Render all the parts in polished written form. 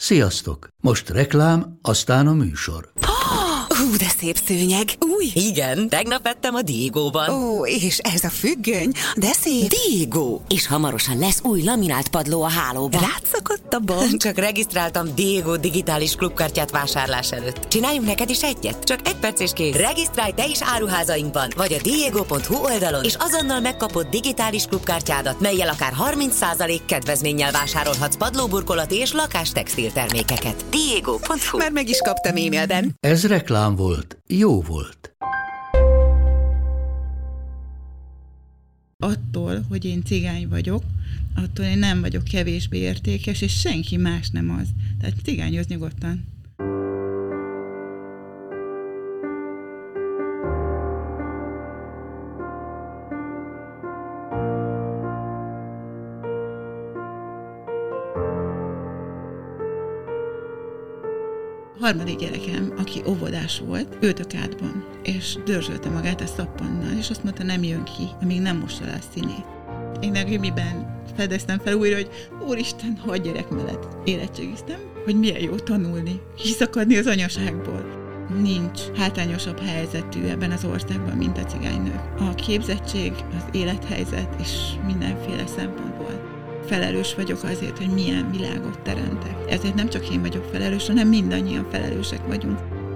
Sziasztok! Most reklám, aztán a műsor. De szép szőnyeg. Új? Igen, tegnap vettem a Diegóban. Ó, és ez a függöny, de szép. Diegó! És hamarosan lesz új laminált padló a hálóban. Rátszakadt a bank. Csak regisztráltam Diegó digitális klubkártyát vásárlás előtt. Csináljunk neked is egyet? Csak 1 perc és kész. Regisztrálj te is áruházainkban, vagy a diego.hu oldalon, és azonnal megkapod digitális klubkártyádat, mellyel akár 30% kedvezménnyel vásárolhatsz padlóburkolati és lakástextil termékeket. Diego.hu. Már meg is kaptam e-mailben. Ez reklám volt, jó volt. Attól, hogy én cigány vagyok, attól én nem vagyok kevésbé értékes, és senki más nem az. Tehát cigányoz nyugodtan. Harmadik gyerekem, aki óvodás volt, ült a kádban, és dörzsölte magát a szappannal, és azt mondta, nem jön ki, amíg nem mossa le a színét. Én a gimiben fedeztem fel újra, hogy úristen, 6 gyerek mellett érettségiztem, hogy milyen jó tanulni, kiszakadni az anyaságból. Nincs hátrányosabb helyzetű ebben az országban, mint a cigánynők. A képzettség, az élethelyzet és mindenféle szempontból felelős vagyok azért, hogy milyen világot teremtek. Ezért nem csak én vagyok felelős, hanem mindannyian felelősek vagyunk.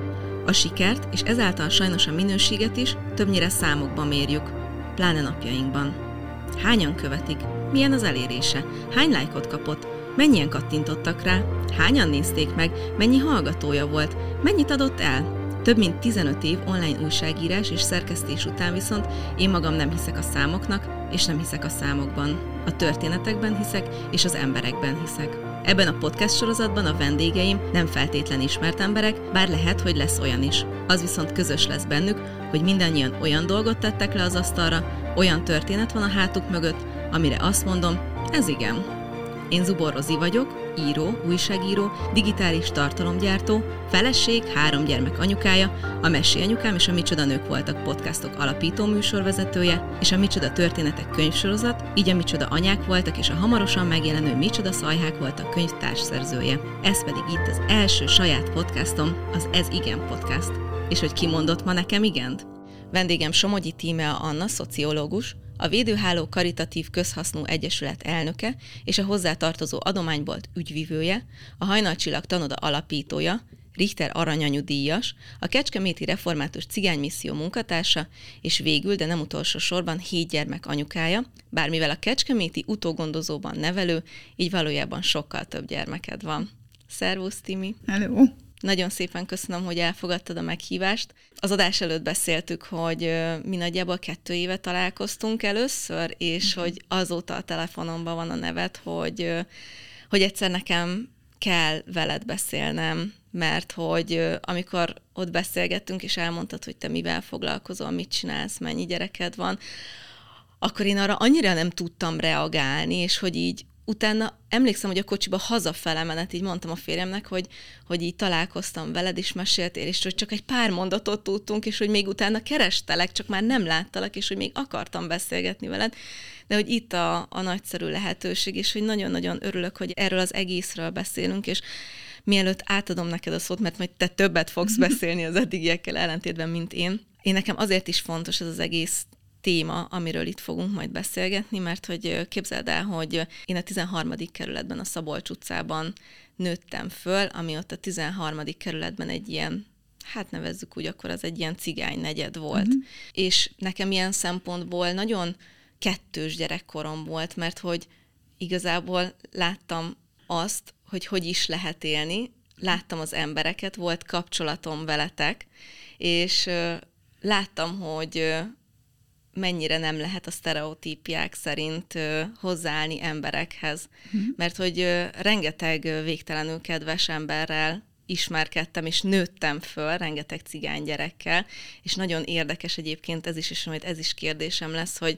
A sikert, és ezáltal sajnos a minőséget is többnyire számokban mérjük, pláne napjainkban. Hányan követik? Milyen az elérése? Hány lájkot kapott? Mennyien kattintottak rá? Hányan nézték meg? Mennyi hallgatója volt? Mennyit adott el? Több mint 15 év online újságírás és szerkesztés után viszont én magam nem hiszek a számoknak, és nem hiszek a számokban. A történetekben hiszek, és az emberekben hiszek. Ebben a podcast sorozatban a vendégeim nem feltétlen ismert emberek, bár lehet, hogy lesz olyan is. Az viszont közös lesz bennük, hogy mindannyian olyan dolgot tettek le az asztalra, olyan történet van a hátuk mögött, amire azt mondom, ez igen. Én Zubor Rozi vagyok, író, újságíró, digitális tartalomgyártó, feleség, 3 gyermek anyukája, a Mesélyanyukám és a Micsoda Nők Voltak podcastok alapító műsorvezetője, és a Micsoda Történetek könyvsorozat, így a Micsoda Anyák Voltak és a hamarosan megjelenő Micsoda Szajhák Voltak könyv társszerzője. Ez pedig itt az első saját podcastom, az Ez Igen Podcast. És hogy ki mondott ma nekem igent? Vendégem Somogyi Tímea Anna, szociológus, a Védőháló Karitatív Közhasznú Egyesület elnöke és a hozzátartozó adománybolt ügyvivője, a Hajnalcsillag Tanoda alapítója, Richter Aranyanyú díjas, a Kecskeméti Református Cigánymisszió munkatársa, és végül, de nem utolsó sorban 7 gyermek anyukája, bár mivel a kecskeméti utógondozóban nevelő, így valójában sokkal több gyermeked van. Szervusz, Timi! Hello! Nagyon szépen köszönöm, hogy elfogadtad a meghívást. Az adás előtt beszéltük, hogy mi nagyjából 2 éve találkoztunk először, és hogy azóta a telefonomban van a neved, hogy egyszer nekem kell veled beszélnem, mert hogy amikor ott beszélgettünk, és elmondtad, hogy te mivel foglalkozol, mit csinálsz, mennyi gyereked van, akkor én arra annyira nem tudtam reagálni, és hogy így utána emlékszem, hogy a kocsiba hazafele menet, így mondtam a férjemnek, hogy így találkoztam veled, és meséltél, és hogy csak egy pár mondatot tudtunk, és hogy még utána kerestelek, csak már nem láttalak, és hogy még akartam beszélgetni veled, de hogy itt a nagyszerű lehetőség, és hogy nagyon-nagyon örülök, hogy erről az egészről beszélünk, és mielőtt átadom neked a szót, mert majd te többet fogsz beszélni az eddigiekkel ellentétben, mint én. Nekem azért is fontos ez az egész téma, amiről itt fogunk majd beszélgetni, mert hogy képzeld el, hogy én a 13. kerületben, a Szabolcs utcában nőttem föl, ami ott a 13. kerületben egy ilyen, hát nevezzük úgy, akkor az egy ilyen cigány negyed volt. És nekem ilyen szempontból nagyon kettős gyerekkorom volt, mert hogy igazából láttam azt, hogy is lehet élni, láttam az embereket, volt kapcsolatom veletek, és láttam, hogy mennyire nem lehet a sztereotípiák szerint hozzáállni emberekhez. Mert hogy rengeteg végtelenül kedves emberrel ismerkedtem, és nőttem föl, rengeteg cigány gyerekkel, és nagyon érdekes egyébként ez is, és majd ez is kérdésem lesz, hogy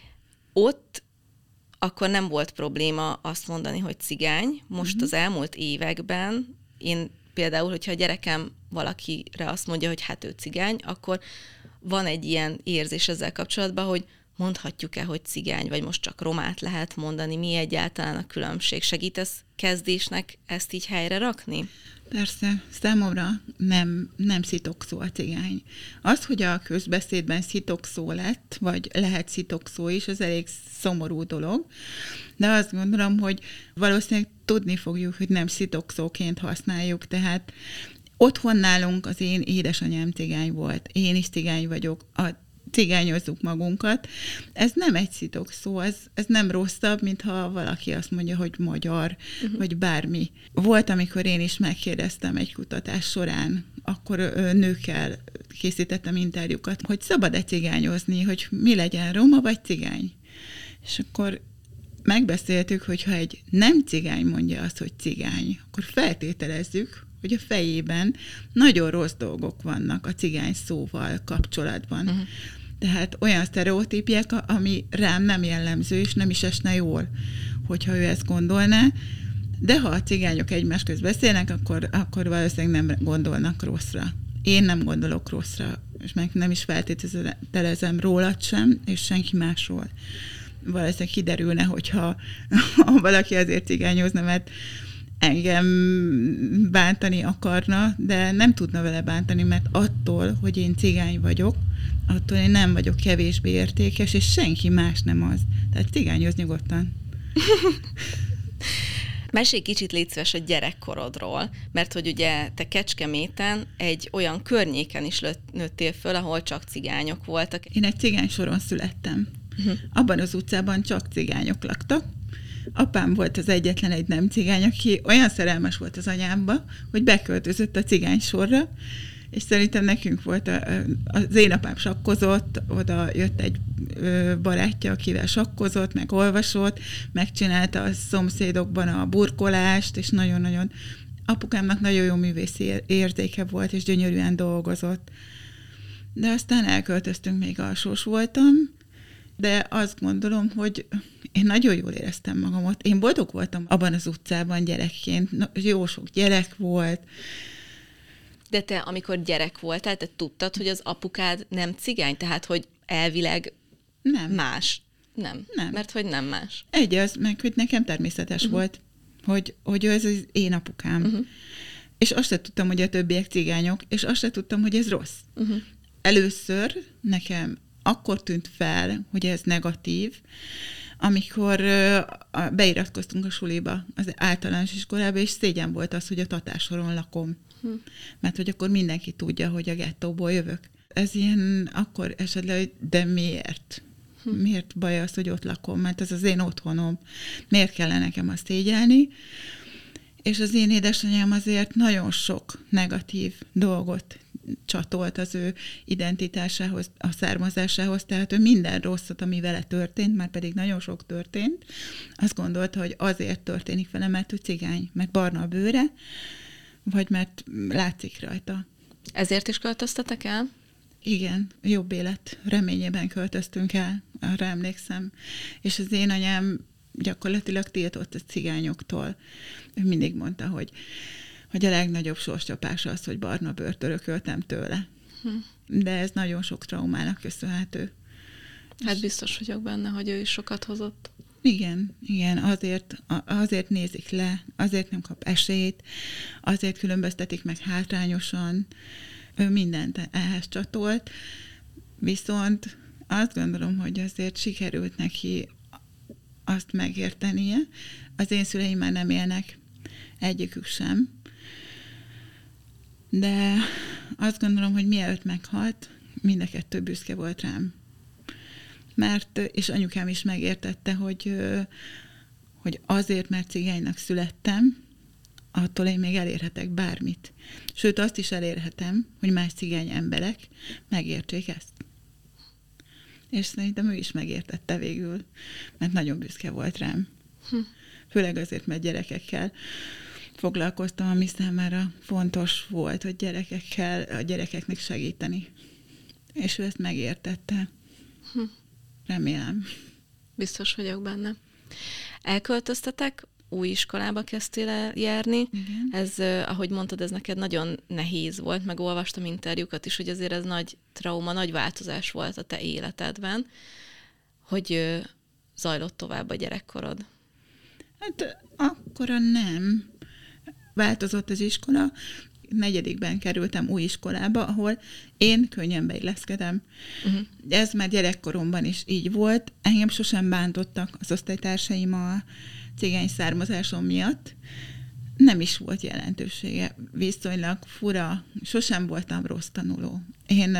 ott akkor nem volt probléma azt mondani, hogy cigány. Most az elmúlt években én például, hogyha a gyerekem valakire azt mondja, hogy hát ő cigány, akkor van egy ilyen érzés ezzel kapcsolatban, hogy mondhatjuk-e, hogy cigány, vagy most csak romát lehet mondani, mi egyáltalán a különbség? Segítesz kezdésnek ezt így helyre rakni? Persze, számomra nem szitokszó a cigány. Az, hogy a közbeszédben szitokszó lett, vagy lehet szitokszó is, az elég szomorú dolog, de azt gondolom, hogy valószínűleg tudni fogjuk, hogy nem szitokszóként használjuk, tehát otthon nálunk az én édesanyám cigány volt, én is cigány vagyok, cigányozzuk magunkat. Ez nem egy szitokszó, ez nem rosszabb, mint ha valaki azt mondja, hogy magyar, vagy bármi. Volt, amikor én is megkérdeztem egy kutatás során, akkor nőkkel készítettem interjúkat, hogy szabad-e cigányozni, hogy mi legyen, roma vagy cigány. És akkor megbeszéltük, hogy ha egy nem cigány mondja azt, hogy cigány, akkor feltételezzük, hogy a fejében nagyon rossz dolgok vannak a cigány szóval kapcsolatban. Tehát olyan sztereotípiek, ami rám nem jellemző, és nem is esne jól, hogyha ő ezt gondolná, de ha a cigányok egymás közt beszélnek, akkor valószínűleg nem gondolnak rosszra. Én nem gondolok rosszra, és meg nem is feltételezem rólad sem, és senki másról. Valószínűleg kiderülne, hogyha valaki azért cigányozna, mert engem bántani akarna, de nem tudna vele bántani, mert attól, hogy én cigány vagyok, attól én nem vagyok kevésbé értékes, és senki más nem az. Tehát cigányoz nyugodtan. Mesélj kicsit, légy szíves, a gyerekkorodról, mert hogy ugye te Kecskeméten egy olyan környéken is nőttél föl, ahol csak cigányok voltak. Én egy cigány soron születtem. Abban az utcában csak cigányok laktak. Apám volt az egyetlen egy nem cigány, aki olyan szerelmes volt az anyámba, hogy beköltözött a cigány sorra, és szerintem nekünk volt, az én apám sakkozott, oda jött egy barátja, akivel sakkozott, meg olvasott, megcsinálta a szomszédokban a burkolást, és nagyon-nagyon, apukámnak nagyon jó művészi érzéke volt, és gyönyörűen dolgozott. De aztán elköltöztünk, még alsós voltam, de azt gondolom, hogy én nagyon jól éreztem magam ott. Én boldog voltam abban az utcában gyerekként. Jó sok gyerek volt. De te, amikor gyerek voltál, te tudtad, hogy az apukád nem cigány? Tehát, hogy elvileg más? Nem. Mert hogy nem más. Egy az, meg hogy nekem természetes volt, hogy ez az én apukám. És azt se tudtam, hogy a többiek cigányok, és azt se tudtam, hogy ez rossz. Először nekem akkor tűnt fel, hogy ez negatív, amikor beiratkoztunk a suliba, az általános iskolába, és szégyen volt az, hogy a Tatársoron lakom. Mert hogy akkor mindenki tudja, hogy a gettóból jövök. Ez ilyen akkor esett le, hogy de miért? Miért baj az, hogy ott lakom? Mert ez az én otthonom. Miért kellene nekem azt szégyelni? És az én édesanyám azért nagyon sok negatív dolgot csatolt az ő identitásához, a származásához, tehát ő minden rosszat, ami vele történt, már pedig nagyon sok történt, azt gondolta, hogy azért történik vele, mert ő cigány, mert barna a bőre, vagy mert látszik rajta. Ezért is költöztetek el? Igen, jobb élet reményében költöztünk el, arra emlékszem. És az én anyám gyakorlatilag tiltott a cigányoktól. Ő mindig mondta, hogy a legnagyobb sorscsapás az, hogy barna bőrt örököltem tőle. De ez nagyon sok traumának köszönhető. Hát biztos vagyok benne, hogy ő is sokat hozott. Igen, azért nézik le, azért nem kap esélyt, azért különböztetik meg hátrányosan, ő mindent ehhez csatolt, viszont azt gondolom, hogy azért sikerült neki azt megértenie. Az én szüleim már nem élnek, egyikük sem, de azt gondolom, hogy mielőtt meghalt, mind a kettő büszke volt rám. És anyukám is megértette, hogy azért, mert cigánynak születtem, attól én még elérhetek bármit. Sőt, azt is elérhetem, hogy más cigány emberek megértsék ezt. És szerintem ő is megértette végül, mert nagyon büszke volt rám. Főleg azért, mert gyerekekkel foglalkoztam, ami számára fontos volt, hogy a gyerekeknek segíteni. És ő ezt megértette. Remélem. Biztos vagyok benne. Elköltöztetek, új iskolába kezdtél el járni. Igen. Ez, ahogy mondtad, ez neked nagyon nehéz volt, meg olvastam interjúkat is, hogy azért ez nagy trauma, nagy változás volt a te életedben. Hogy zajlott tovább a gyerekkorod? Hát akkora nem. Változott az iskola. 4. kerültem új iskolába, ahol én könnyen beilleszkedem. Ez már gyerekkoromban is így volt. Engem sosem bántottak az osztálytársaim a cigány származásom miatt. Nem is volt jelentősége. Viszonylag fura. Sosem voltam rossz tanuló. Én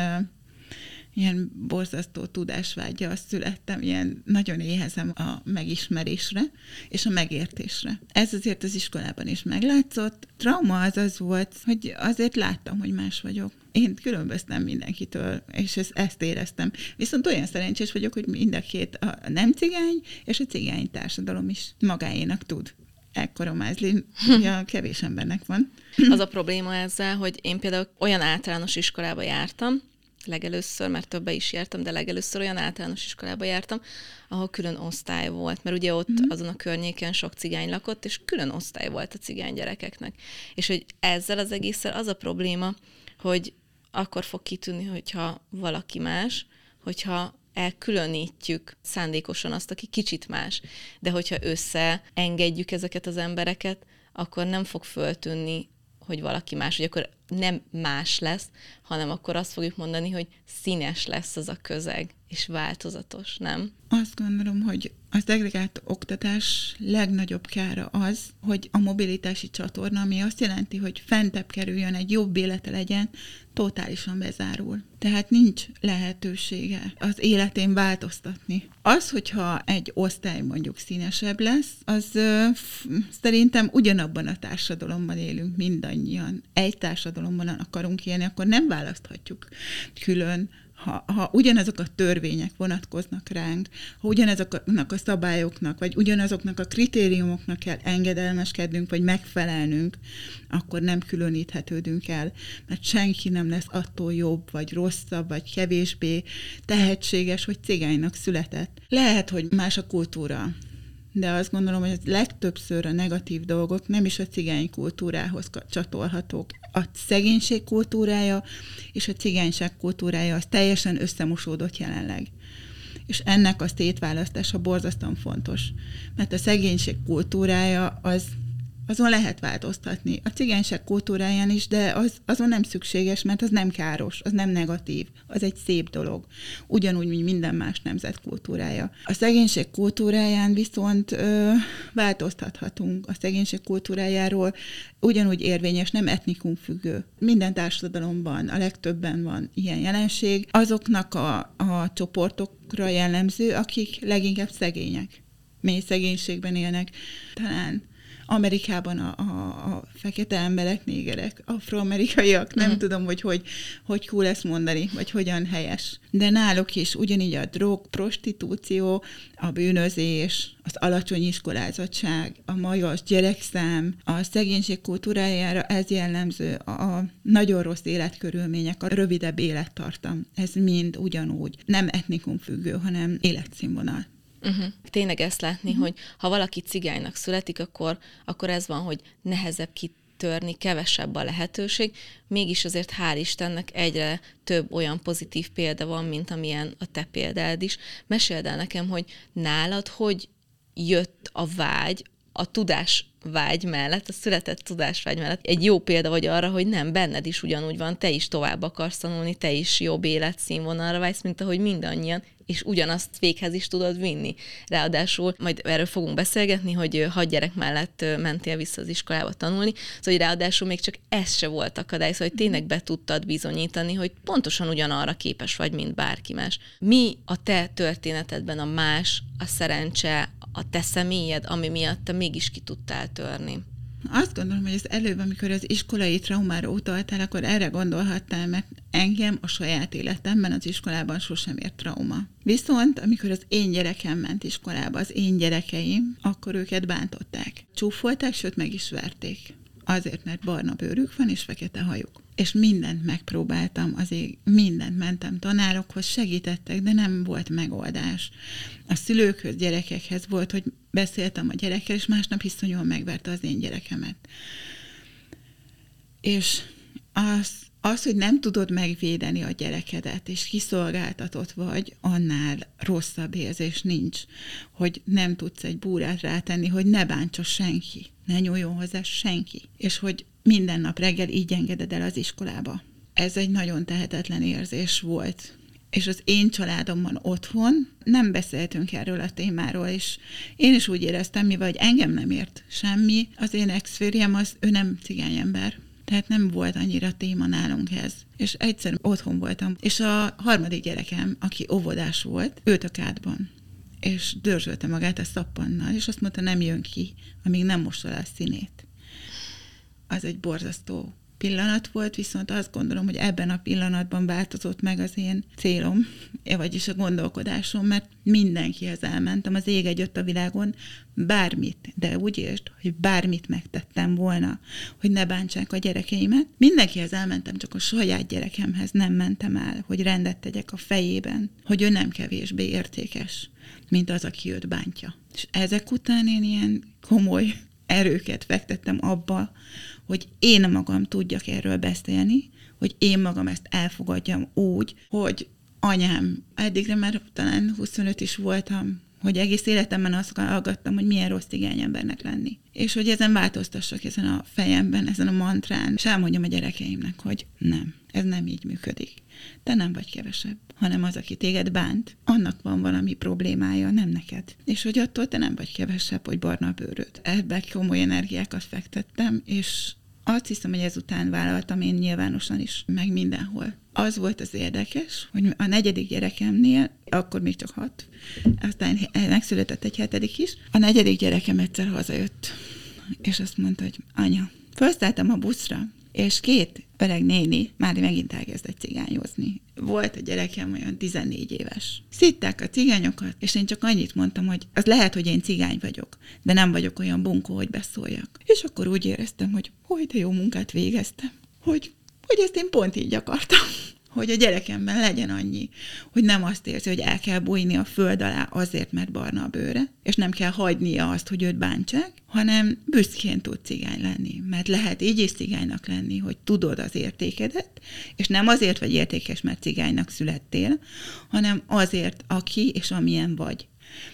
ilyen borzasztó tudásvággyal születtem, ilyen nagyon éhezem a megismerésre és a megértésre. Ez azért az iskolában is meglátszott. Trauma az volt, hogy azért láttam, hogy más vagyok. Én különböztem mindenkitől, és ezt éreztem. Viszont olyan szerencsés vagyok, hogy mind a két, a nem cigány és a cigány társadalom is magáénak tud. Ekkora mázli, ja, kevés embernek van. Az a probléma ezzel, hogy én például olyan általános iskolába jártam, legelőször, mert többe is jártam, de legelőször olyan általános iskolába jártam, ahol külön osztály volt, mert ugye ott azon a környéken sok cigány lakott, és külön osztály volt a cigány gyerekeknek. És hogy ezzel az egésszel az a probléma, hogy akkor fog kitűnni, hogyha valaki más, hogyha elkülönítjük szándékosan azt, aki kicsit más. De hogyha összeengedjük ezeket az embereket, akkor nem fog föltűnni, hogy valaki más, hogy akkor nem más lesz, hanem akkor azt fogjuk mondani, hogy színes lesz az a közeg, és változatos, nem? Azt gondolom, hogy a szegregált oktatás legnagyobb kára az, hogy a mobilitási csatorna, ami azt jelenti, hogy fentebb kerüljön, egy jobb élete legyen, totálisan bezárul. Tehát nincs lehetősége az életén változtatni. Az, hogyha egy osztály mondjuk színesebb lesz, az szerintem ugyanabban a társadalomban élünk mindannyian. Egy társadalomban akarunk élni, akkor nem választhatjuk külön. Ha ugyanazok a törvények vonatkoznak ránk, ha ugyanazoknak a szabályoknak, vagy ugyanazoknak a kritériumoknak kell engedelmeskednünk, vagy megfelelnünk, akkor nem különíthetődünk el, mert senki nem lesz attól jobb, vagy rosszabb, vagy kevésbé tehetséges, hogy cigánynak született. Lehet, hogy más a kultúra, de azt gondolom, hogy legtöbbször a negatív dolgok nem is a cigány kultúrához csatolhatók. A szegénység kultúrája és a cigányság kultúrája az teljesen összemosódott jelenleg. És ennek a szétválasztása borzasztóan fontos. Mert a szegénység kultúrája azon lehet változtatni. A cigányság kultúráján is, de azon nem szükséges, mert az nem káros, az nem negatív, az egy szép dolog. Ugyanúgy, mint minden más nemzet kultúrája. A szegénység kultúráján viszont változtathatunk. A szegénység kultúrájáról ugyanúgy érvényes, nem etnikum függő. Minden társadalomban, a legtöbben van ilyen jelenség. Azoknak a csoportokra jellemző, akik leginkább szegények. Mély szegénységben élnek. Talán Amerikában a fekete emberek, négerek, afroamerikaiak, nem tudom, hogy cool ezt mondani, vagy hogyan helyes. De náluk is ugyanígy a drog, prostitúció, a bűnözés, az alacsony iskolázottság, a magas gyerekszám, a szegénység kultúrájára ez jellemző, a nagyon rossz életkörülmények, a rövidebb élettartam. Ez mind ugyanúgy. Nem etnikum függő, hanem életszínvonal. Tényleg ezt látni, hogy ha valaki cigánynak születik, akkor ez van, hogy nehezebb kitörni, kevesebb a lehetőség, mégis azért hál' Istennek egyre több olyan pozitív példa van, mint amilyen a te példád is. Meséld el nekem, hogy nálad hogy jött a vágy, a tudásvágy mellett, a született tudásvágy mellett egy jó példa vagy arra, hogy nem, benned is ugyanúgy van, te is tovább akarsz tanulni, te is jobb életszínvonalra vágysz, mint ahogy mindannyian, és ugyanazt véghez is tudod vinni. Ráadásul, majd erről fogunk beszélgetni, hogy 6 gyerek mellett mentél vissza az iskolába tanulni, szóval hogy ráadásul még csak ez se volt akadály, szóval hogy tényleg be tudtad bizonyítani, hogy pontosan ugyanarra képes vagy, mint bárki más. Mi a te történetedben a más, a szerencse, a te személyed, ami miatt te mégis ki tudtál törni? Azt gondolom, hogy az előbb, amikor az iskolai traumára utaltál, akkor erre gondolhattál, mert engem a saját életemben az iskolában sosem ért trauma. Viszont, amikor az én gyerekem ment iskolába, az én gyerekeim, akkor őket bántották. Csúfolták, sőt meg is verték. Azért, mert barna bőrük van és fekete hajuk. És mindent megpróbáltam, mindent mentem tanárokhoz, segítettek, de nem volt megoldás. A szülőkhöz, gyerekekhez volt, hogy beszéltem a gyerekkel, és másnap iszonyúan megverte az én gyerekemet. És Az, hogy nem tudod megvédeni a gyerekedet, és kiszolgáltatott vagy, annál rosszabb érzés nincs, hogy nem tudsz egy búrát rátenni, hogy ne bántsa senki, ne nyúljon hozzá senki, és hogy minden nap reggel így engeded el az iskolába. Ez egy nagyon tehetetlen érzés volt. És az én családomban otthon nem beszéltünk erről a témáról, és én is úgy éreztem, mivel hogy engem nem ért semmi, az én ex-férjem, ő nem cigány ember. Tehát nem volt annyira téma nálunk ez. És egyszer otthon voltam, és a harmadik gyerekem, aki óvodás volt, ült a kádban, és dörzsölte magát a szappannal, és azt mondta, nem jön ki, amíg nem mossa le a színét. Az egy borzasztó pillanat volt, viszont azt gondolom, hogy ebben a pillanatban változott meg az én célom, vagyis a gondolkodásom, mert mindenkihez elmentem, az ég egyött a világon, bármit, de úgy értsd, hogy bármit megtettem volna, hogy ne bántsák a gyerekeimet. Mindenkihez elmentem, csak a saját gyerekemhez nem mentem el, hogy rendet tegyek a fejében, hogy ő nem kevésbé értékes, mint az, aki őt bántja. És ezek után én ilyen komoly erőket fektettem abba, hogy én magam tudjak erről beszélni, hogy én magam ezt elfogadjam úgy, hogy anyám, eddigre már talán 25 is voltam, hogy egész életemben azt hallgattam, hogy milyen rossz cigány embernek lenni. És hogy ezen változtassak, ezen a fejemben, ezen a mantrán, és elmondjam a gyerekeimnek, hogy nem, ez nem így működik. Te nem vagy kevesebb, hanem az, aki téged bánt, annak van valami problémája, nem neked. És hogy attól te nem vagy kevesebb, hogy barna a bőröd. Ebben komoly energiákat fektettem, és azt hiszem, hogy ezután vállaltam én nyilvánosan is, meg mindenhol. Az volt az érdekes, hogy a 4. gyerekemnél, akkor még csak 6, aztán megszületett egy 7. is, a 4. gyerekem egyszer hazajött, és azt mondta, hogy anya, felszálltam a buszra, és 2 öreg néni már megint elkezdett cigányozni. Volt a gyerekem olyan 14 éves. Szitták a cigányokat, és én csak annyit mondtam, hogy az lehet, hogy én cigány vagyok, de nem vagyok olyan bunkó, hogy beszóljak. És akkor úgy éreztem, hogy de jó munkát végeztem, hogy ezt én pont így akartam. Hogy a gyerekemben legyen annyi, hogy nem azt érzi, hogy el kell bújni a föld alá azért, mert barna a bőre, és nem kell hagynia azt, hogy őt bántsák, hanem büszkén tud cigány lenni. Mert lehet így is cigánynak lenni, hogy tudod az értékedet, és nem azért vagy értékes, mert cigánynak születtél, hanem azért, aki és amilyen vagy.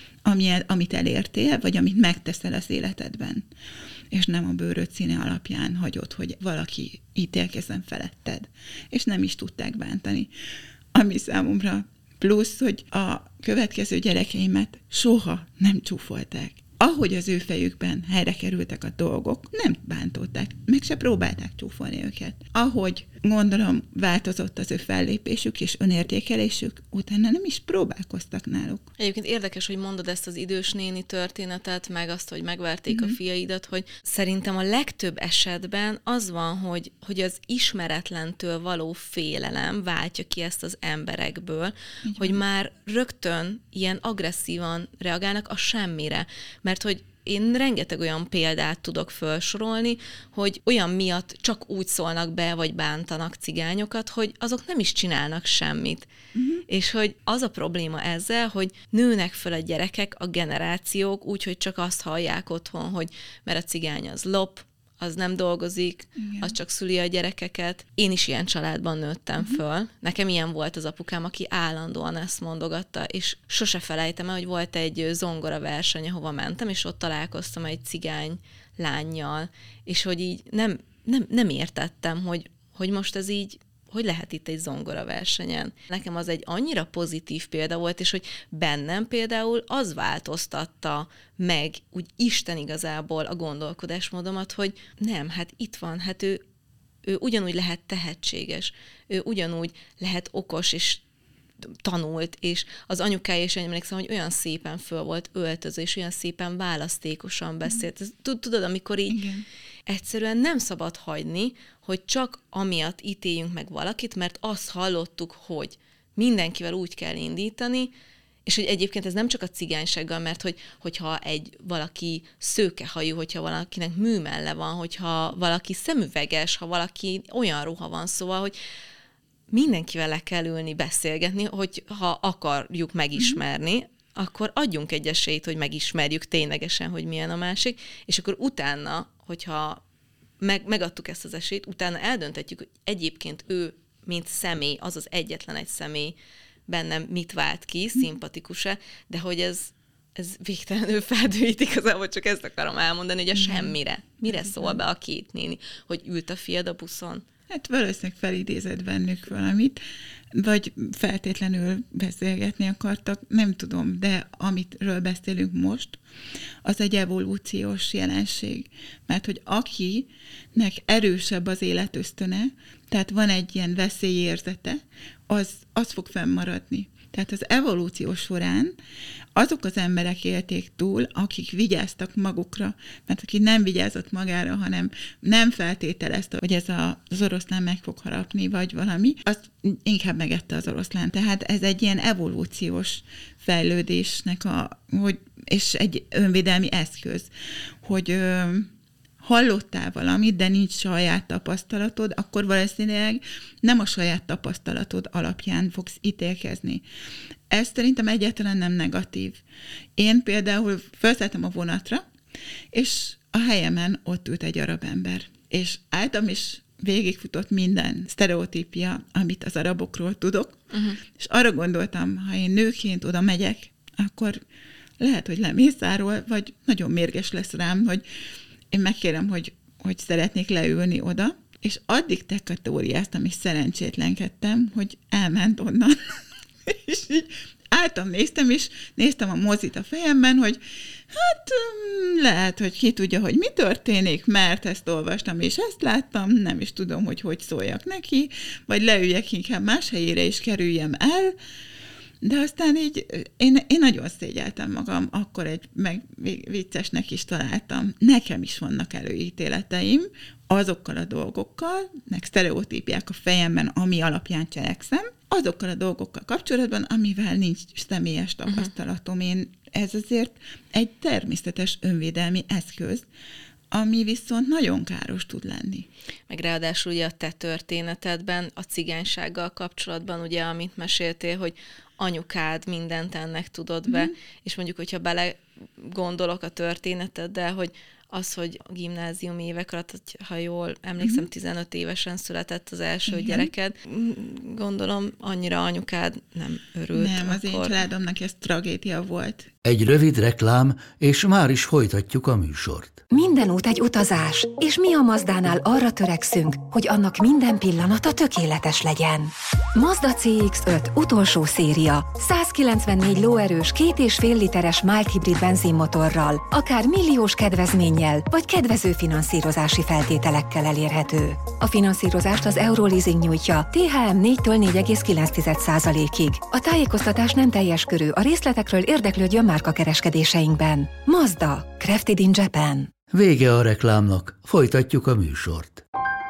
Amit elértél, vagy amit megteszel az életedben. És nem a bőröd színe alapján hagyod, hogy valaki ítélkezzen feletted. És nem is tudták bántani. Ami számomra plusz, hogy a következő gyerekeimet soha nem csúfolták. Ahogy az ő fejükben helyre kerültek a dolgok, nem bántották, meg se próbálták csúfolni őket. Ahogy gondolom változott az ő fellépésük és önértékelésük, utána nem is próbálkoztak náluk. Egyébként érdekes, hogy mondod ezt az idős néni történetet, meg azt, hogy megverték a fiaidat, hogy szerintem a legtöbb esetben az van, hogy az ismeretlentől való félelem váltja ki ezt az emberekből, hogy már rögtön ilyen agresszívan reagálnak a semmire. Mert hogy én rengeteg olyan példát tudok felsorolni, hogy olyan miatt csak úgy szólnak be, vagy bántanak cigányokat, hogy azok nem is csinálnak semmit. És hogy az a probléma ezzel, hogy nőnek fel a gyerekek, a generációk úgy, hogy csak azt hallják otthon, hogy mert a cigány az lop, az nem dolgozik, az csak szüli a gyerekeket. Én is ilyen családban nőttem föl. Nekem ilyen volt az apukám, aki állandóan ezt mondogatta, és sose felejtem el, hogy volt egy zongora verseny, ahova mentem, és ott találkoztam egy cigány lánnyal, és hogy így nem értettem, hogy most ez így, hogy lehet itt egy zongora versenyen. Nekem az egy annyira pozitív példa volt, és hogy bennem például az változtatta meg úgy Isten igazából a gondolkodásmódomat, hogy nem, hát itt van, hát ő ugyanúgy lehet tehetséges, ő ugyanúgy lehet okos és tanult, és az anyukája is emlékszem, hogy olyan szépen föl volt öltöző, és olyan szépen választékosan beszélt. Tudod, amikor így egyszerűen nem szabad hagyni, hogy csak amiatt ítéljünk meg valakit, mert azt hallottuk, hogy mindenkivel úgy kell indítani, és hogy egyébként ez nem csak a cigánysággal, mert hogyha valaki szőkehajú, hogyha valakinek műmelle van, hogyha valaki szemüveges, ha valaki olyan ruha van, szóval, hogy mindenkivel le kell ülni, beszélgetni, hogy ha akarjuk megismerni, akkor adjunk egy esélyt, hogy megismerjük ténylegesen, hogy milyen a másik, és akkor utána, hogyha megadtuk ezt az esélyt, utána eldöntetjük, hogy egyébként ő, mint személy, az az egyetlen egy személy bennem mit vált ki, szimpatikus-e, de hogy ez végtelenül feldőít, igazából csak ezt akarom elmondani, hogy a semmire. Mire szól be a két néni, hogy ült a fiad a buszon? Hát valószínűleg felidézett bennük valamit, vagy feltétlenül beszélgetni akartak, nem tudom, de amitről beszélünk most, az egy evolúciós jelenség. Mert hogy akinek erősebb az életösztöne, tehát van egy ilyen veszélyérzete, az fog fennmaradni. Tehát az evolúció során azok az emberek élték túl, akik vigyáztak magukra, mert aki nem vigyázott magára, hanem nem feltételezte, hogy ez az oroszlán meg fog harapni, vagy valami, azt inkább megette az oroszlán. Tehát ez egy ilyen evolúciós fejlődésnek és egy önvédelmi eszköz, hogy hallottál valamit, de nincs saját tapasztalatod, akkor valószínűleg nem a saját tapasztalatod alapján fogsz ítélkezni. Ez szerintem egyáltalán nem negatív. Én például felszálltam a vonatra, és a helyemen ott ült egy arab ember. És álltam, és végigfutott minden sztereotípia, amit az arabokról tudok, és arra gondoltam, ha én nőként oda megyek, akkor lehet, hogy lemészárol, vagy nagyon mérges lesz rám, hogy én megkérem, hogy szeretnék leülni oda, és addig tekatóriáztam, és szerencsétlenkedtem, hogy elment onnan. És így álltam, néztem a mozit a fejemben, hogy hát lehet, hogy ki tudja, hogy mi történik, mert ezt olvastam, és ezt láttam, nem is tudom, hogy szóljak neki, vagy leüljek inkább más helyére, és kerüljem el, de aztán így én nagyon szégyeltem magam, akkor meg viccesnek is találtam. Nekem is vannak előítéleteim azokkal a dolgokkal, meg sztereotípiák a fejemben, ami alapján cselekszem, azokkal a dolgokkal kapcsolatban, amivel nincs személyes tapasztalatom. Ez azért egy természetes önvédelmi eszköz, ami viszont nagyon káros tud lenni. Meg ráadásul ugye a te történetedben, a cigánysággal kapcsolatban, ugye, amit meséltél, hogy anyukád mindent ennek tudott be, és mondjuk, hogyha bele gondolok a történeteddel, hogy az, hogy a gimnázium évek alatt, ha jól emlékszem, 15 évesen született az első gyereked, gondolom annyira anyukád nem örült. Nem, az én családomnak ez tragédia volt. Egy rövid reklám, és már is folytatjuk a műsort. Minden út egy utazás, és mi a Mazdánál arra törekszünk, hogy annak minden pillanata tökéletes legyen. Mazda CX-5 utolsó széria, 194 lóerős, 2,5 literes mild hibrid benzinmotorral, akár milliós kedvezménnyel, vagy kedvező finanszírozási feltételekkel elérhető. A finanszírozást az Euroleasing nyújtja, THM 4-től 4,9%-ig. A tájékoztatás nem teljes körű, a részletekről érdeklődjön márkakereskedéseinkben. Mazda, crafted in Japan. Vége a reklámnak, folytatjuk a műsort.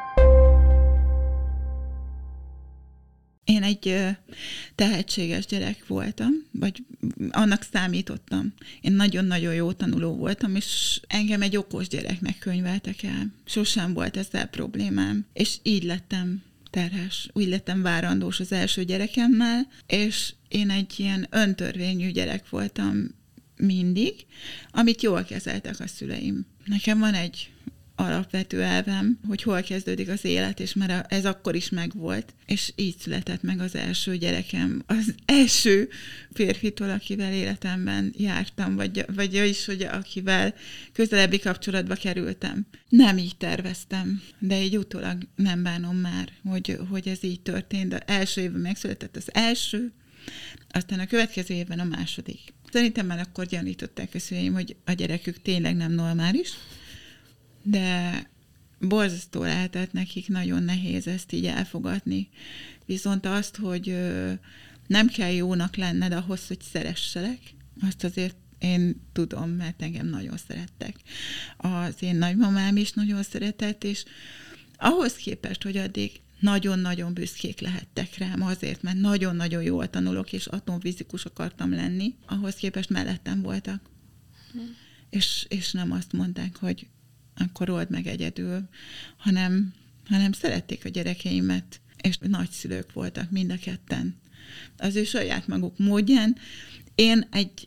Én egy tehetséges gyerek voltam, vagy annak számítottam. Én nagyon-nagyon jó tanuló voltam, és engem egy okos gyereknek könyveltek el. Sosem volt ezzel problémám. És így lettem terhes, úgy lettem várandós az első gyerekemmel, és én egy ilyen öntörvényű gyerek voltam mindig, amit jól kezeltek a szüleim. Nekem van egy alapvető elvem, hogy hol kezdődik az élet, és már ez akkor is megvolt, és így született meg az első gyerekem. Az első férfitől, akivel életemben jártam, vagy is, hogy akivel közelebbi kapcsolatba kerültem. Nem így terveztem, de így utólag nem bánom már, hogy ez így történt. De első évben megszületett az első, aztán a következő évben a második. Szerintem már akkor gyanították a szüleim, hogy a gyerekük tényleg nem normális, de borzasztó lehetett nekik, nagyon nehéz ezt így elfogadni. Viszont azt, hogy nem kell jónak lenned ahhoz, hogy szeresselek, azt azért én tudom, mert engem nagyon szerettek. Az én nagymamám is nagyon szeretett, és ahhoz képest, hogy addig nagyon-nagyon büszkék lehettek rám azért, mert nagyon-nagyon jól tanulok, és atomfizikus akartam lenni, ahhoz képest mellettem voltak. És nem azt mondták, hogy akkor old meg egyedül, hanem szerették a gyerekeimet, és nagyszülők voltak mind a ketten. Az ő saját maguk módján. Én egy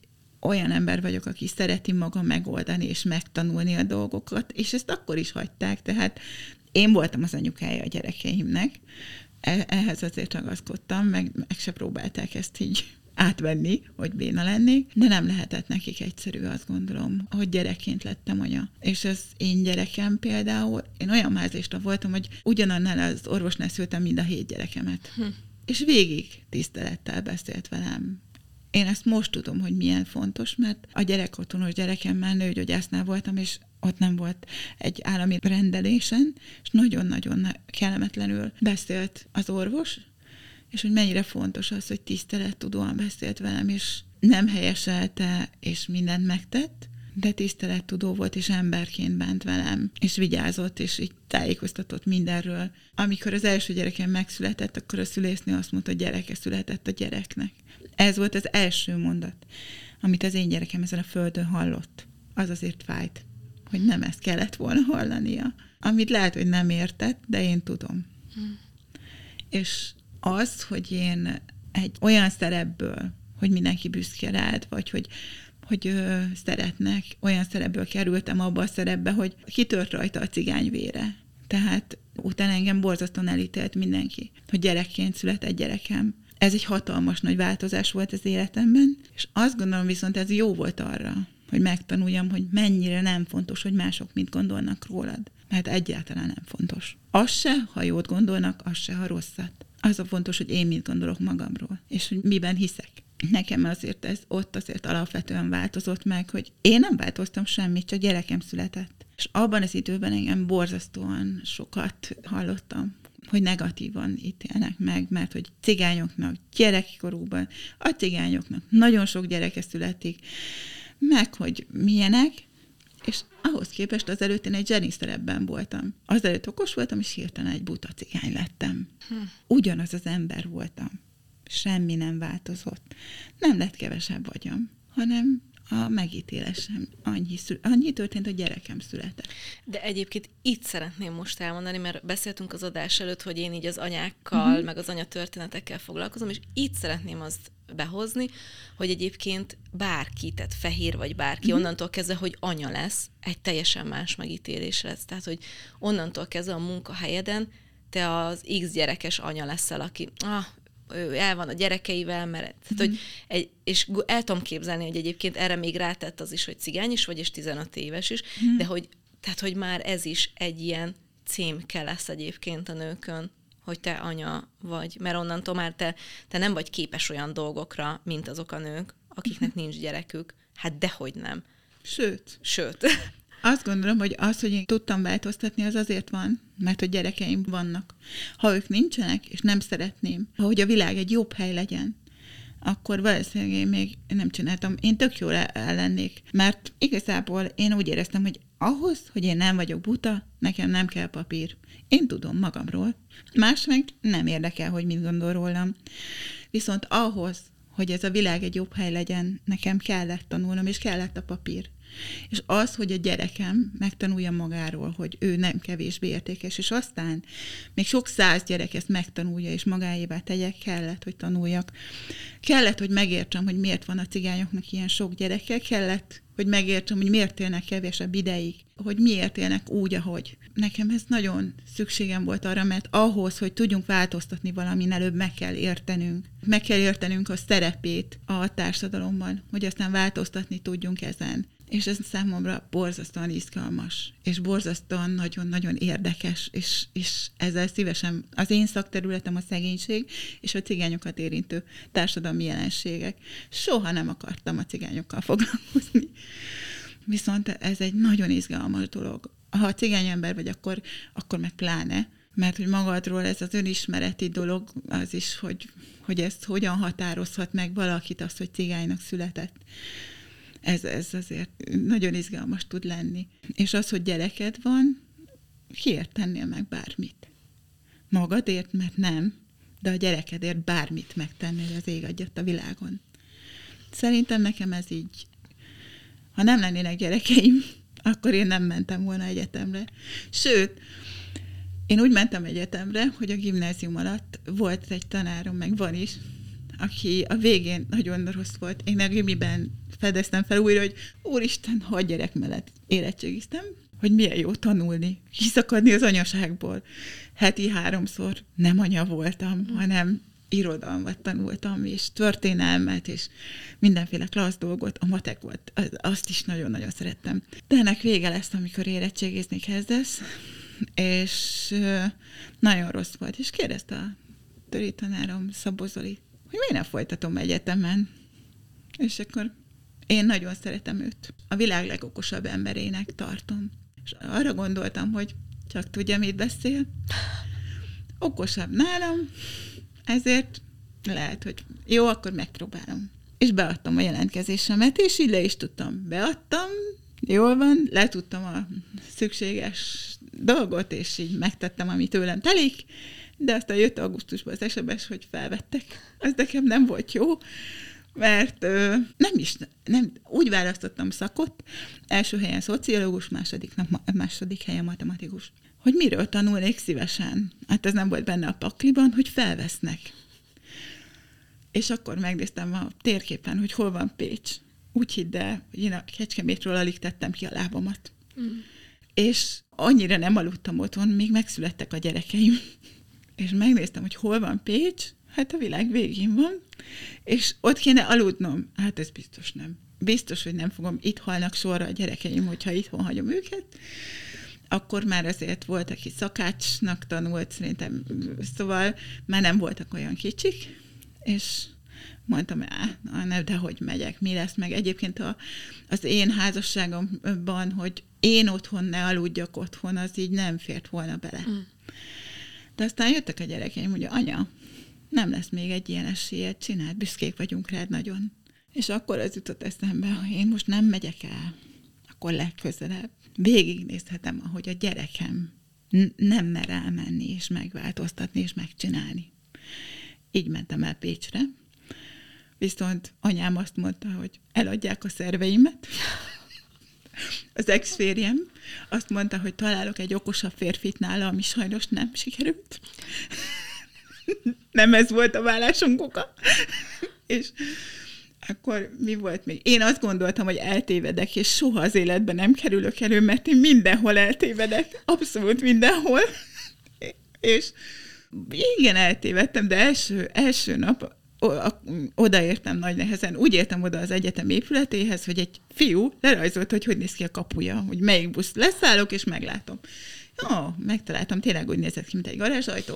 olyan ember vagyok, aki szereti maga megoldani és megtanulni a dolgokat, és ezt akkor is hagyták, tehát én voltam az anyukája a gyerekeimnek, ehhez azért ragaszkodtam, meg se próbálták ezt így átvenni, hogy béna lennék, de nem lehetett nekik egyszerű, azt gondolom, hogy gyerekként lettem anya. És az én gyerekem például, én olyan mázlista voltam, hogy ugyanannál az orvosnál szültem mind a 7 gyerekemet. És végig tisztelettel beszélt velem. Én ezt most tudom, hogy milyen fontos, mert a gyerekotthonos gyerekemmel nőgyógyásznál voltam, és ott nem volt egy állami rendelésen, és nagyon-nagyon kellemetlenül beszélt az orvos, és hogy mennyire fontos az, hogy tisztelettudóan beszélt velem, és nem helyeselte, és mindent megtett, de tisztelettudó volt, és emberként bánt velem, és vigyázott, és így tájékoztatott mindenről. Amikor az első gyerekem megszületett, akkor a szülésznő azt mondta, hogy gyereke született a gyereknek. Ez volt az első mondat, amit az én gyerekem ezen a földön hallott. Az azért fájt, hogy nem ezt kellett volna hallania. Amit lehet, hogy nem értett, de én tudom. És az, hogy én egy olyan szerepből, hogy mindenki büszke rád, vagy hogy szeretnek, olyan szerepből kerültem abba a szerepbe, hogy kitört rajta a cigány vére. Tehát utána engem borzasztóan elítélt mindenki, hogy gyerekként született gyerekem. Ez egy hatalmas nagy változás volt az életemben, és azt gondolom viszont ez jó volt arra, hogy megtanuljam, hogy mennyire nem fontos, hogy mások mit gondolnak rólad. Mert egyáltalán nem fontos. Az se, ha jót gondolnak, az se, ha rosszat. Az a fontos, hogy én mit gondolok magamról, és hogy miben hiszek. Nekem azért ez ott azért alapvetően változott meg, hogy én nem változtam semmit, csak gyerekem született. És abban az időben engem borzasztóan sokat hallottam, hogy negatívan ítélnek meg, mert hogy cigányoknak gyerekkorúban, a cigányoknak nagyon sok gyereke születik, meg hogy milyenek, és ahhoz képest azelőtt én egy zseni szerepben voltam. Azelőtt okos voltam, és hirtelen egy buta cigány lettem. Ugyanaz az ember voltam. Semmi nem változott. Nem lett kevesebb agyam, hanem a megítélésem. Annyi történt, hogy gyerekem született. De egyébként itt szeretném most elmondani, mert beszéltünk az adás előtt, hogy én így az anyákkal, meg az anyatörténetekkel foglalkozom, és itt szeretném azt behozni, hogy egyébként bárki, tehát fehér vagy bárki, onnantól kezdve, hogy anya lesz, egy teljesen más megítélés lesz. Tehát, hogy onnantól kezdve a munkahelyeden te az X gyerekes anya leszel, aki ő el van a gyerekeivel, mert és el tudom képzelni, hogy egyébként erre még rátett az is, hogy cigány is vagy, és 15 éves is, de hogy már ez is egy ilyen címke lesz egyébként a nőkön, hogy te anya vagy, mert onnantól már te nem vagy képes olyan dolgokra, mint azok a nők, akiknek nincs gyerekük. Hát dehogy nem. Sőt. Azt gondolom, hogy az, hogy én tudtam változtatni, az azért van, mert hogy gyerekeim vannak. Ha ők nincsenek, és nem szeretném, hogy a világ egy jobb hely legyen, akkor valószínűleg én még nem csináltam. Én tök jól ellennék, mert igazából én úgy éreztem, hogy ahhoz, hogy én nem vagyok buta, nekem nem kell papír. Én tudom magamról. Más meg nem érdekel, hogy mit gondol rólam. Viszont ahhoz, hogy ez a világ egy jobb hely legyen, nekem kellett tanulnom, és kellett a papír. És az, hogy a gyerekem megtanulja magáról, hogy ő nem kevésbé értékes, és aztán még sok 100 gyerek ezt megtanulja, és magáévá tegyek, kellett, hogy tanuljak. Kellett, hogy megértsem, hogy miért van a cigányoknak ilyen sok gyereke, kellett, hogy megértsem, hogy miért élnek kevesebb ideig, hogy miért élnek úgy, ahogy. Nekem ez nagyon szükségem volt arra, mert ahhoz, hogy tudjunk változtatni valamin, előbb meg kell értenünk. Meg kell értenünk a szerepét a társadalomban, hogy aztán változtatni tudjunk ezen. És ez számomra borzasztóan izgalmas, és borzasztóan nagyon-nagyon érdekes, és ezzel szívesen az én szakterületem a szegénység, és a cigányokat érintő társadalmi jelenségek. Soha nem akartam a cigányokkal foglalkozni. Viszont ez egy nagyon izgalmas dolog. Ha a cigány ember vagy, akkor meg pláne, mert hogy magadról ez az önismereti dolog, az is, hogy ezt hogyan határozhat meg valakit azt, hogy cigánynak született. Ez azért nagyon izgalmas tud lenni. És az, hogy gyereked van, kiért tennél meg bármit. Magadért, mert nem, de a gyerekedért bármit megtennél, az ég adjat a világon. Szerintem nekem ez így, ha nem lennének gyerekeim, akkor én nem mentem volna egyetemre. Sőt, én úgy mentem egyetemre, hogy a gimnázium alatt volt egy tanárom, meg van is, aki a végén nagyon rossz volt. Én a gimiben fedeztem fel újra, hogy úristen, 6 gyerek mellett érettségiztem, hogy milyen jó tanulni, kiszakadni az anyaságból. Heti 3-szor nem anya voltam, hanem irodalmat tanultam, és történelmet, és mindenféle klassz dolgot, a matek volt, azt is nagyon-nagyon szerettem. De ennek vége lesz, amikor érettségizni kezdesz, és nagyon rossz volt, és kérdezte a tanárom, Szabó Zoli, hogy miért nem folytatom egyetemen. És akkor én nagyon szeretem őt. A világ legokosabb emberének tartom. És arra gondoltam, hogy csak tudja, mit beszél. Okosabb nálam, ezért lehet, hogy jó, akkor megpróbálom. És beadtam a jelentkezésemet, és így le is tudtam. Beadtam, jól van, letudtam a szükséges dolgot, és így megtettem, ami tőlem telik, de aztán jött augusztusban az SMS, hogy felvettek. Az nekem nem volt jó, mert nem úgy választottam szakot, első helyen szociológus, második helyen matematikus. Hogy miről tanulnék szívesen. Hát ez nem volt benne a pakliban, hogy felvesznek. És akkor megnéztem a térképen, hogy hol van Pécs. Úgy hidd el, hogy én a Kecskemétről alig tettem ki a lábamat. És annyira nem aludtam otthon, még megszülettek a gyerekeim. És megnéztem, hogy hol van Pécs, hát a világ végén van, és ott kéne aludnom. Hát ez biztos nem. Biztos, hogy nem fogom, itt halnak sorra a gyerekeim, hogyha itthon hagyom őket. Akkor már azért volt, aki szakácsnak tanult, szerintem, szóval már nem voltak olyan kicsik, és mondtam, de hogy megyek, mi lesz meg. Egyébként az én házasságomban, hogy én otthon ne aludjak otthon, az így nem fért volna bele. De aztán jöttek a gyerekeim, hogy anya, nem lesz még egy ilyen esélyed, csináld, büszkék vagyunk rád nagyon. És akkor az jutott eszembe, hogy én most nem megyek el, akkor legközelebb végignézhetem, ahogy a gyerekem nem mer elmenni, és megváltoztatni, és megcsinálni. Így mentem el Pécsre, viszont anyám azt mondta, hogy eladják a szerveimet. Az ex-férjem azt mondta, hogy találok egy okosabb férfit nála, ami sajnos nem sikerült. Nem ez volt a vállásunk oka. És akkor mi volt még? Én azt gondoltam, hogy eltévedek, és soha az életben nem kerülök elő, mert én mindenhol eltévedek. Abszolút mindenhol. És igen, eltévedtem, de első nap odaértem nagy nehezen. Úgy értem oda az egyetem épületéhez, hogy egy fiú lerajzolt, hogy néz ki a kapuja, hogy melyik busz leszállok, és meglátom. Jó, megtaláltam, tényleg úgy nézett ki, mint egy garázsajtó.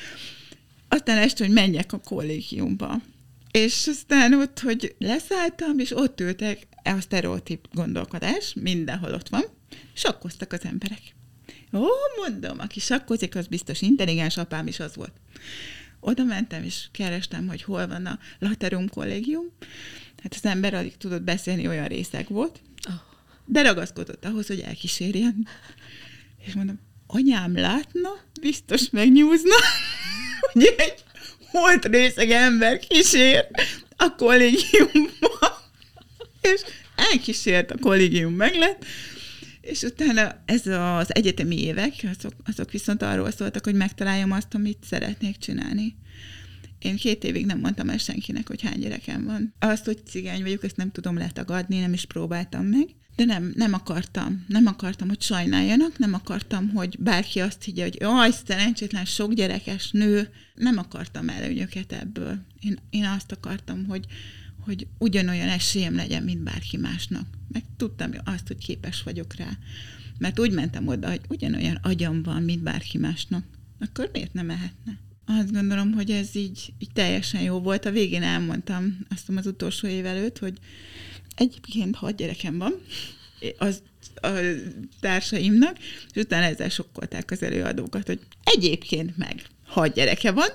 Aztán este, hogy menjek a kollégiumba. És aztán ott, hogy leszálltam, és ott ültek, a sztereotíp gondolkodás, mindenhol ott van, sakkoztak az emberek. Ó, mondom, aki sakkozik, az biztos intelligens, apám is az volt. Oda mentem, és kerestem, hogy hol van a Laterum kollégium. Hát az ember alig tudott beszélni, olyan részeg volt, de ragaszkodott ahhoz, hogy elkísérjen. És mondom, anyám látna, biztos megnyúzna, hogy egy holt részeg ember kísér a kollégiumba. És elkísért, a kollégium meglett, és utána ez az egyetemi évek, azok viszont arról szóltak, hogy megtaláljam azt, amit szeretnék csinálni. Én 2 évig nem mondtam el senkinek, hogy hány gyerekem van. Azt, hogy cigány vagyok, ezt nem tudom letagadni, nem is próbáltam meg. De nem akartam. Nem akartam, hogy sajnáljanak, nem akartam, hogy bárki azt higgye, hogy jaj, szerencsétlen sok gyerekes nő. Nem akartam előnyöket ebből. Én azt akartam, hogy ugyanolyan esélyem legyen, mint bárki másnak. Meg tudtam azt, hogy képes vagyok rá. Mert úgy mentem oda, hogy ugyanolyan agyam van, mint bárki másnak. Akkor miért nem mehetne? Azt gondolom, hogy ez így teljesen jó volt. A végén elmondtam azt az utolsó év előtt, hogy egyébként 6 gyerekem van, az a társaimnak, és utána ezzel sokkolták az előadókat, hogy egyébként meg 6 gyereke van,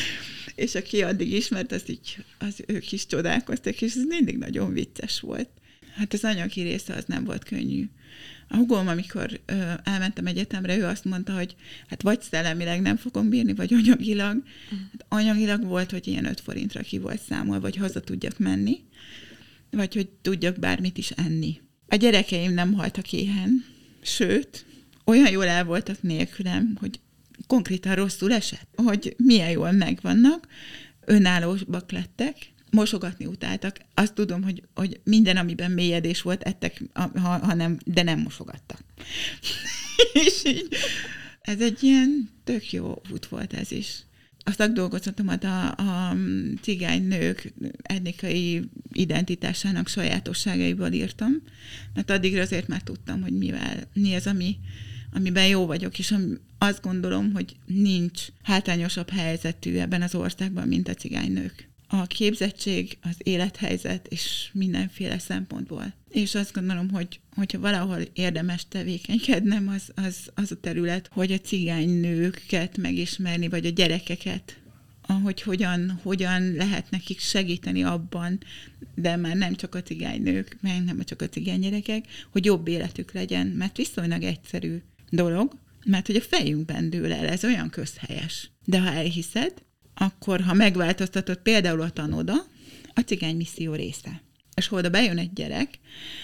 és aki addig ismert, az ők is csodálkoztak, és ez mindig nagyon vicces volt. Hát az anyagi része az nem volt könnyű. A hugom, amikor elmentem egyetemre, ő azt mondta, hogy hát vagy szellemileg nem fogom bírni, vagy anyagilag. Hát anyagilag volt, hogy ilyen 5 forintra ki volt számolva, vagy haza tudjak menni, vagy hogy tudjak bármit is enni. A gyerekeim nem haltak éhen, sőt, olyan jól el voltak nélkülem, hogy konkrétan rosszul esett, hogy milyen jól megvannak, önállóbbak lettek, mosogatni utáltak. Azt tudom, hogy minden, amiben mélyedés volt, ettek, de nem mosogattak. És így, ez egy ilyen tök jó út volt ez is. A szakdolgozatomat a cigány nők etnikai identitásának sajátosságaiból írtam, mert addigra azért már tudtam, hogy mi az, amiben jó vagyok, és azt gondolom, hogy nincs hátrányosabb helyzetű ebben az országban, mint a cigánynők. A képzettség, az élethelyzet és mindenféle szempontból. És azt gondolom, hogyha valahol érdemes tevékenykednem, az a terület, hogy a cigánynőket megismerni, vagy a gyerekeket, hogy hogyan lehet nekik segíteni abban, de már nem csak a cigánynők, meg nem csak a cigánygyerekek, hogy jobb életük legyen, mert viszonylag egyszerű dolog, mert hogy a fejünkben dől el, ez olyan közhelyes. De ha elhiszed, akkor ha megváltoztatod például a tanoda, a cigány misszió része. És ha oda bejön egy gyerek,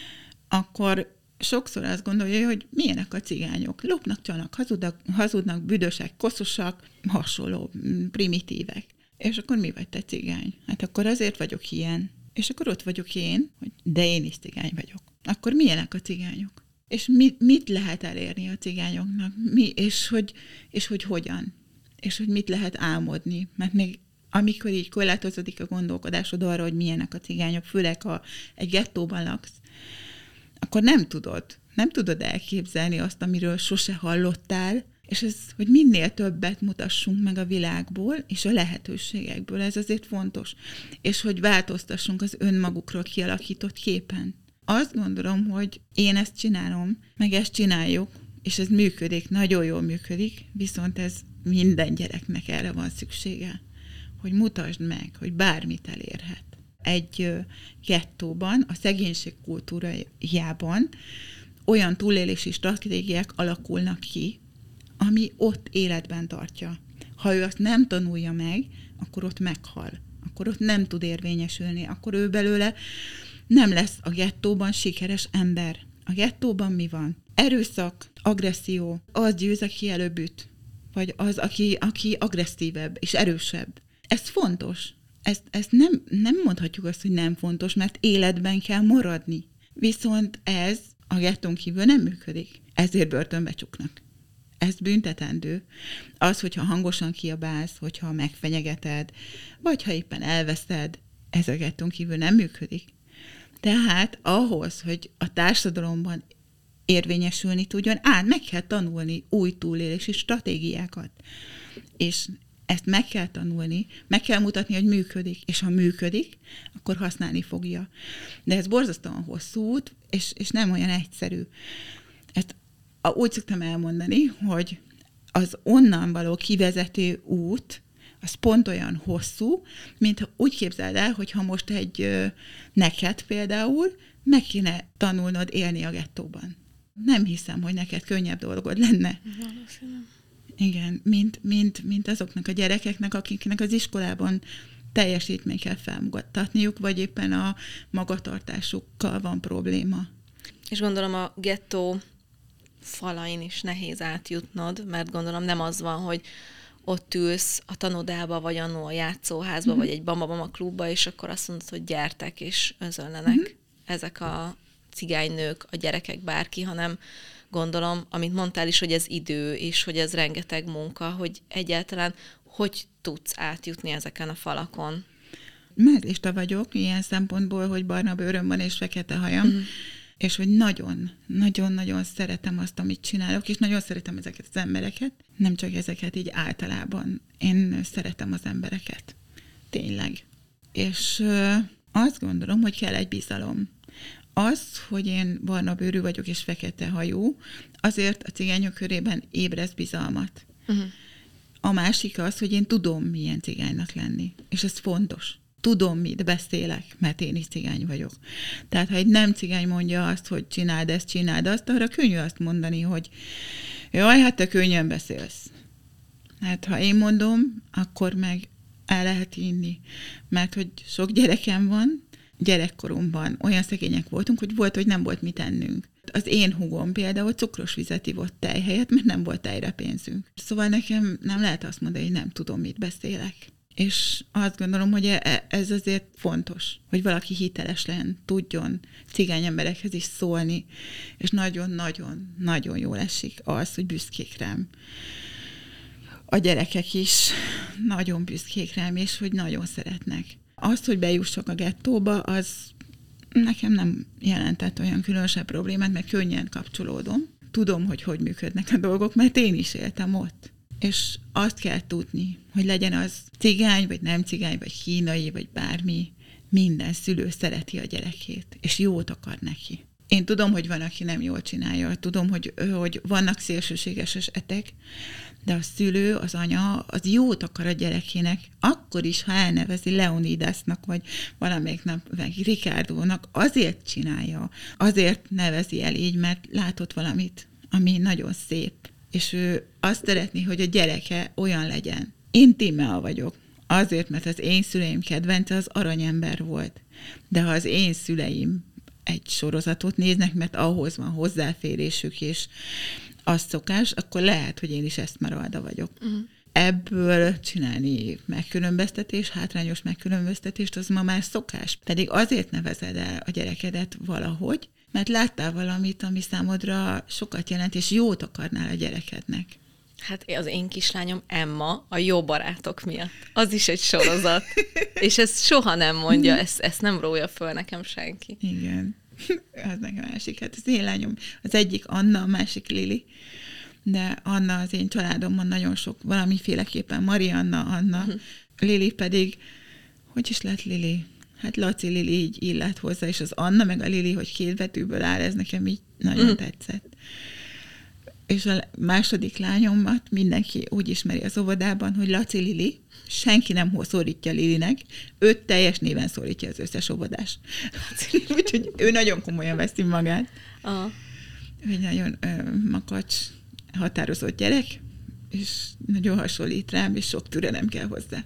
akkor sokszor azt gondolja, hogy milyenek a cigányok. Lopnak, csalnak, hazudnak, büdösek, koszosak, hasonló, primitívek. És akkor mi vagy te cigány? Hát akkor azért vagyok ilyen. És akkor ott vagyok én, de én is cigány vagyok. Akkor milyenek a cigányok? És mit lehet elérni a cigányoknak? És hogy hogyan? És hogy mit lehet álmodni. Mert még amikor így korlátozódik a gondolkodásod arra, hogy milyenek a cigányok, főleg ha egy gettóban laksz, akkor nem tudod elképzelni azt, amiről sose hallottál, és ez, hogy minél többet mutassunk meg a világból, és a lehetőségekből, ez azért fontos. És hogy változtassunk az önmagukról kialakított képen. Azt gondolom, hogy én ezt csinálom, meg ezt csináljuk, és ez működik, nagyon jól működik, viszont ez minden gyereknek erre van szüksége, hogy mutasd meg, hogy bármit elérhet. Egy gettóban, a szegénység kultúrájában olyan túlélési stratégiák alakulnak ki, ami ott életben tartja. Ha ő azt nem tanulja meg, akkor ott meghal. Akkor ott nem tud érvényesülni. Akkor ő belőle nem lesz a gettóban sikeres ember. A gettóban mi van? Erőszak, agresszió, az győz, aki előbb üt. Vagy az, aki agresszívebb és erősebb. Ez fontos. Ezt nem mondhatjuk azt, hogy nem fontos, mert életben kell maradni. Viszont ez a gettón kívül nem működik. Ezért börtönbe csuknak. Ez büntetendő. Az, hogyha hangosan kiabálsz, hogyha megfenyegeted, vagy ha éppen elveszed, ez a gettón kívül nem működik. Tehát ahhoz, hogy a társadalomban érvényesülni tudjon, meg kell tanulni új túlélési stratégiákat. És ezt meg kell tanulni, meg kell mutatni, hogy működik, és ha működik, akkor használni fogja. De ez borzasztóan hosszú út, és nem olyan egyszerű. Ezt úgy szoktam elmondani, hogy az onnan való kivezető út, az pont olyan hosszú, mint úgy képzeld el, hogy ha most neked például meg kéne tanulnod élni a gettóban. Nem hiszem, hogy neked könnyebb dolgod lenne. Valószínűleg. Igen, mint azoknak a gyerekeknek, akiknek az iskolában teljesítményt kell felmutatniuk, vagy éppen a magatartásukkal van probléma. És gondolom a gettó falain is nehéz átjutnod, mert gondolom nem az van, hogy ott ülsz a tanodába, vagy annó a játszóházba, vagy egy Bamba klubba, és akkor azt mondod, hogy gyertek, és özönlenek ezek a cigánynők, a gyerekek, bárki, hanem gondolom, amit mondtál is, hogy ez idő, és hogy ez rengeteg munka, hogy egyáltalán hogy tudsz átjutni ezeken a falakon. Mázlista vagyok ilyen szempontból, hogy barna bőröm van és fekete hajam, és hogy nagyon szeretem azt, amit csinálok, és nagyon szeretem ezeket az embereket, nem csak ezeket így általában. Én szeretem az embereket. Tényleg. És azt gondolom, hogy kell egy bizalom. Az, hogy én barna bőrű vagyok és fekete hajú, azért a cigányok körében ébreszt bizalmat. A másik az, hogy én tudom, milyen cigánynak lenni. És ez fontos. Tudom, mit beszélek, mert én is cigány vagyok. Tehát, ha egy nem cigány mondja azt, hogy csináld ezt, csináld azt, arra könnyű azt mondani, hogy jaj, hát te könnyen beszélsz. Hát, ha én mondom, akkor meg el lehet inni. Mert, hogy sok gyerekem van, gyerekkoromban olyan szegények voltunk, hogy volt, hogy nem volt mit ennünk. Az én húgom például cukros vizet ivott tej helyett, mert nem volt tejre pénzünk. Szóval nekem nem lehet azt mondani, hogy nem tudom, mit beszélek. És azt gondolom, hogy ez azért fontos, hogy valaki hiteles legyen, tudjon cigány emberekhez is szólni, és nagyon-nagyon-nagyon jól esik az, hogy büszkék rám. A gyerekek is nagyon büszkék rám, és hogy nagyon szeretnek. Az, hogy bejussak a gettóba, az nekem nem jelentett olyan különösebb problémát, mert könnyen kapcsolódom. Tudom, hogy működnek a dolgok, mert én is éltem ott. És azt kell tudni, hogy legyen az cigány, vagy nem cigány, vagy kínai, vagy bármi, minden szülő szereti a gyerekét, és jót akar neki. Én tudom, hogy van, aki nem jól csinálja, tudom, hogy vannak szélsőséges esetek, de a szülő, az anya, az jót akar a gyerekének, akkor is, ha elnevezi Leonidasnak, vagy valamelyik nap Ricardo-nak, azért csinálja, azért nevezi el így, mert látott valamit, ami nagyon szép, és ő azt szeretné, hogy a gyereke olyan legyen. Én Tímea vagyok, azért, mert az én szüleim kedvence az Aranyember volt, de ha az én szüleim egy sorozatot néznek, mert ahhoz van hozzáférésük, és az szokás, akkor lehet, hogy én is Esmeralda vagyok. Ebből csinálni megkülönböztetés, hátrányos megkülönböztetést, az ma már szokás. Pedig azért nevezed el a gyerekedet valahogy, mert láttál valamit, ami számodra sokat jelent, és jót akarnál a gyerekednek. Hát az én kislányom Emma a Jó barátok miatt. Az is egy sorozat. És ezt soha nem mondja, ezt nem rója föl nekem senki. Igen. Az nekem másik. Hát az én lányom, az egyik Anna, a másik Lili. De Anna az én családomban nagyon sok, valamiféleképpen Marianna, Anna. Lili pedig, hogy is lett Lili? Hát Laci Lili így illett hozzá, és az Anna meg a Lili, hogy 2 betűből áll, ez nekem így nagyon tetszett. És a második lányomat mindenki úgy ismeri az óvodában, hogy Laci Lili, senki nem szólítja Lilinek, őt teljes néven szólítja az összes óvodás. Úgyhogy ő nagyon komolyan veszi magát. Ő egy nagyon makacs, határozott gyerek, és nagyon hasonlít rám, és sok türelem kell hozzá.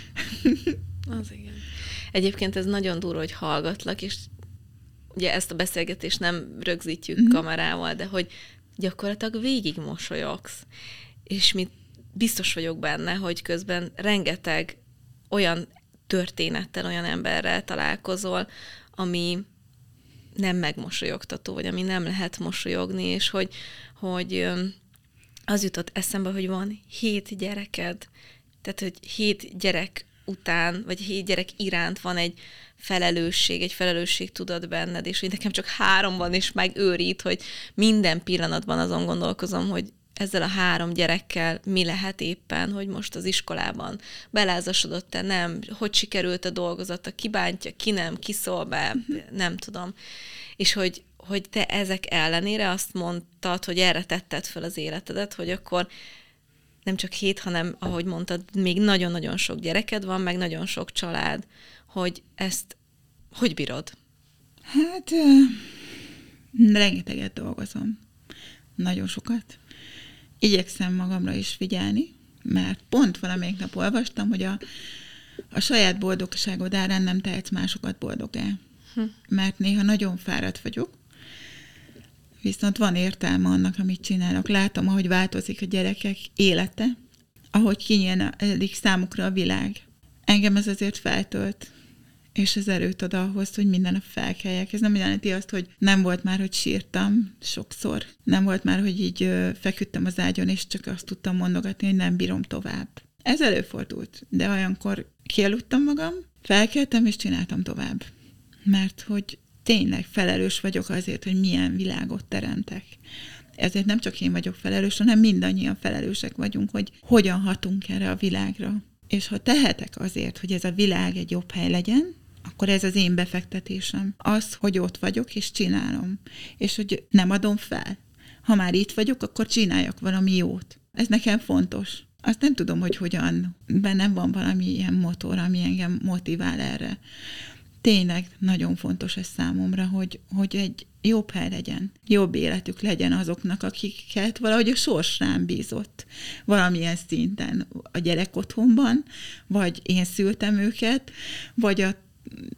Az igen. Egyébként ez nagyon durva, hogy hallgatlak, és ugye ezt a beszélgetést nem rögzítjük kamerával, de hogy gyakorlatilag végig mosolyogsz. És biztos vagyok benne, hogy közben rengeteg olyan történettel, olyan emberrel találkozol, ami nem megmosolyogtató, vagy ami nem lehet mosolyogni, és hogy az jutott eszembe, hogy van 7 gyereked, tehát hogy 7 gyerek után, vagy 7 gyerek iránt van egy felelősségtudat benned, és hogy nekem csak 3 van, és megőrít, hogy minden pillanatban azon gondolkozom, hogy ezzel a 3 gyerekkel mi lehet éppen, hogy most az iskolában belázasodott-e, nem, hogy sikerült a dolgozata, ki bántja, ki nem, ki szól be, nem tudom. És hogy te ezek ellenére azt mondtad, hogy erre tetted fel az életedet, hogy akkor nem csak 7, hanem, ahogy mondtad, még nagyon-nagyon sok gyereked van, meg nagyon sok család, hogy ezt hogy bírod? Hát rengeteget dolgozom. Nagyon sokat. Igyekszem magamra is figyelni, mert pont valamelyik nap olvastam, hogy a saját boldogságod árán nem tehetsz másokat boldogá. Mert néha nagyon fáradt vagyok, viszont van értelme annak, amit csinálok. Látom, ahogy változik a gyerekek élete, ahogy kinyílik számukra a világ. Engem ez azért feltölt, és ez erőt ad ahhoz, hogy minden nap felkeljek. Ez nem jelenti azt, hogy nem volt már, hogy sírtam sokszor. Nem volt már, hogy így feküdtem az ágyon, és csak azt tudtam mondogatni, hogy nem bírom tovább. Ez előfordult, de olyankor kialudtam magam, felkeltem, és csináltam tovább. Mert hogy tényleg felelős vagyok azért, hogy milyen világot teremtek. Ezért nem csak én vagyok felelős, hanem mindannyian felelősek vagyunk, hogy hogyan hatunk erre a világra. És ha tehetek azért, hogy ez a világ egy jobb hely legyen, akkor ez az én befektetésem. Az, hogy ott vagyok, és csinálom. És hogy nem adom fel. Ha már itt vagyok, akkor csináljak valami jót. Ez nekem fontos. Azt nem tudom, hogy hogyan. Bennem van valami ilyen motor, ami engem motivál erre. Tényleg nagyon fontos ez számomra, hogy egy jobb hely legyen, jobb életük legyen azoknak, akiket valahogy a sors rám bízott valamilyen szinten a gyerekotthonban, vagy én szültem őket, vagy a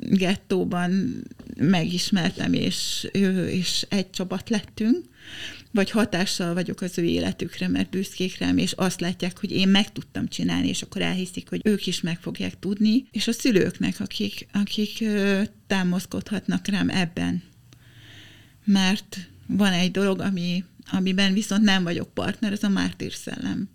gettóban megismertem, és egy csapat lettünk, vagy hatással vagyok az ő életükre, mert büszkék rám, és azt látják, hogy én meg tudtam csinálni, és akkor elhiszik, hogy ők is meg fogják tudni, és a szülőknek, akik támaszkodhatnak rám ebben. Mert van egy dolog, amiben viszont nem vagyok partner, ez a mártír szellem.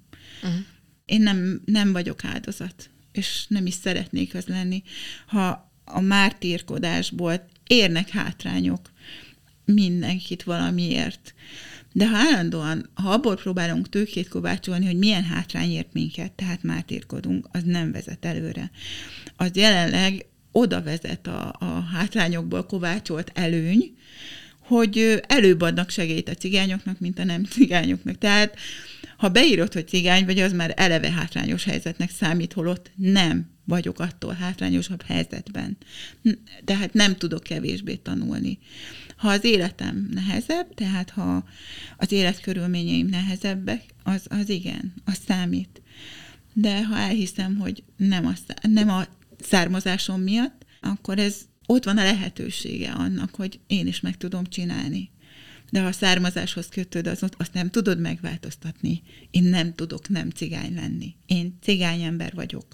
Én nem vagyok áldozat, és nem is szeretnék az lenni. Ha a mártírkodásból érnek hátrányok mindenkit valamiért, de ha állandóan, ha abból próbálunk tőkét kovácsolni, hogy milyen hátrány ért minket, tehát mártírkodunk, az nem vezet előre. Az jelenleg oda vezet a hátrányokból kovácsolt előny, hogy előbb adnak segélyt a cigányoknak, mint a nem cigányoknak. Tehát, ha beírod, hogy cigány vagy, az már eleve hátrányos helyzetnek számít, holott nem vagyok attól hátrányosabb helyzetben. Tehát nem tudok kevésbé tanulni. Ha az életem nehezebb, tehát ha az életkörülményeim nehezebbek, az igen, az számít. De ha elhiszem, hogy nem a származásom miatt, akkor ott van a lehetősége annak, hogy én is meg tudom csinálni. De ha a származáshoz kötöd, azt nem tudod megváltoztatni. Én nem tudok nem cigány lenni. Én cigány ember vagyok.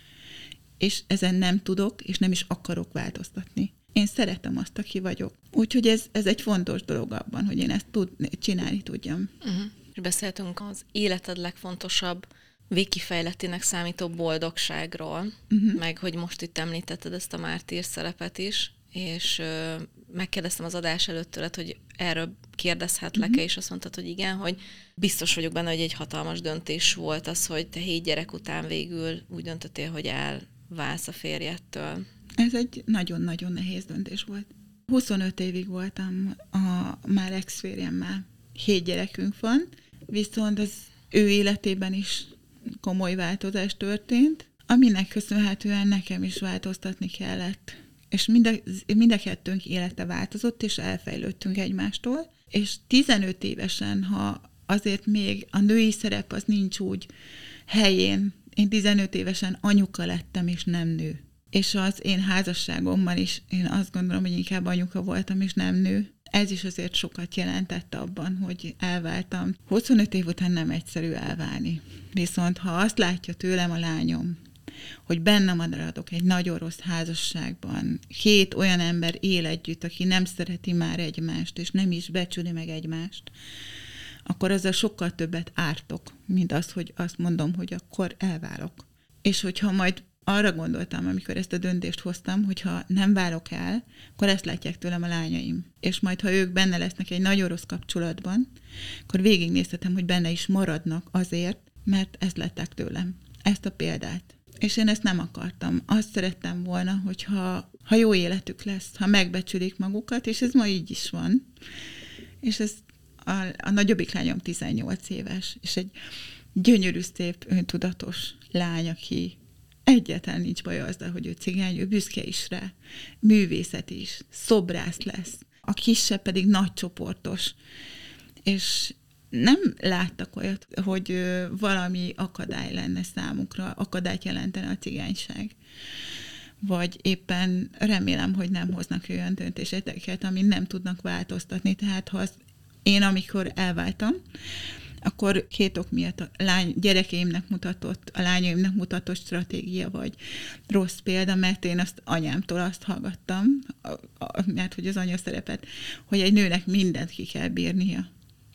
És ezen nem tudok, és nem is akarok változtatni. Én szeretem azt, aki vagyok. Úgyhogy ez egy fontos dolog abban, hogy én ezt csinálni tudjam. És beszéltünk az életed legfontosabb végkifejletének számító boldogságról, meg hogy most itt említetted ezt a mártír szerepet is, és megkérdeztem az adás előtt tőled, hogy erről kérdezhetlek-e, és azt mondtad, hogy igen, hogy biztos vagyok benne, hogy egy hatalmas döntés volt az, hogy te 7 gyerek után végül úgy döntöttél, hogy elválsz a férjedtől. Ez egy nagyon-nagyon nehéz döntés volt. 25 évig voltam már ex-férjemmel. 7 gyerekünk van, viszont az ő életében is komoly változás történt, aminek köszönhetően nekem is változtatni kellett. És mind a kettőnk élete változott, és elfejlődtünk egymástól. És 15 évesen, ha azért még a női szerep az nincs úgy helyén, én 15 évesen anyuka lettem, és nem nő. És az én házasságomban is én azt gondolom, hogy inkább anyuka voltam, és nem nő. Ez is azért sokat jelentett abban, hogy elváltam. 25 év után nem egyszerű elválni. Viszont ha azt látja tőlem a lányom, hogy benne maradok egy nagyon rossz házasságban, 2 olyan ember él együtt, aki nem szereti már egymást, és nem is becsüli meg egymást, akkor azzal sokkal többet ártok, mint az, hogy azt mondom, hogy akkor elválok. És hogyha majd arra gondoltam, amikor ezt a döntést hoztam, hogyha nem válok el, akkor ezt látják tőlem a lányaim. És majd, ha ők benne lesznek egy nagyon rossz kapcsolatban, akkor végignézhetem, hogy benne is maradnak azért, mert ezt látták tőlem. Ezt a példát. És én ezt nem akartam. Azt szerettem volna, hogyha jó életük lesz, ha megbecsülik magukat, és ez ma így is van. És ez a nagyobbik lányom 18 éves, és egy gyönyörű, szép, öntudatos lány, aki egyáltalán nincs baj azzal, hogy ő cigány, ő büszke is rá, művészet is, szobrász lesz. A kisebb pedig nagycsoportos. És nem láttak olyat, hogy valami akadály lenne számukra, akadályt jelentene a cigányság. Vagy éppen remélem, hogy nem hoznak olyan döntéseket, amit nem tudnak változtatni. Tehát ha én amikor elváltam, akkor 2 ok miatt a gyerekeimnek mutatott, a lányaimnak mutatott stratégia, vagy rossz példa, mert én anyámtól azt hallgattam, mert hogy az anyaszerepet, hogy egy nőnek mindent ki kell bírnia.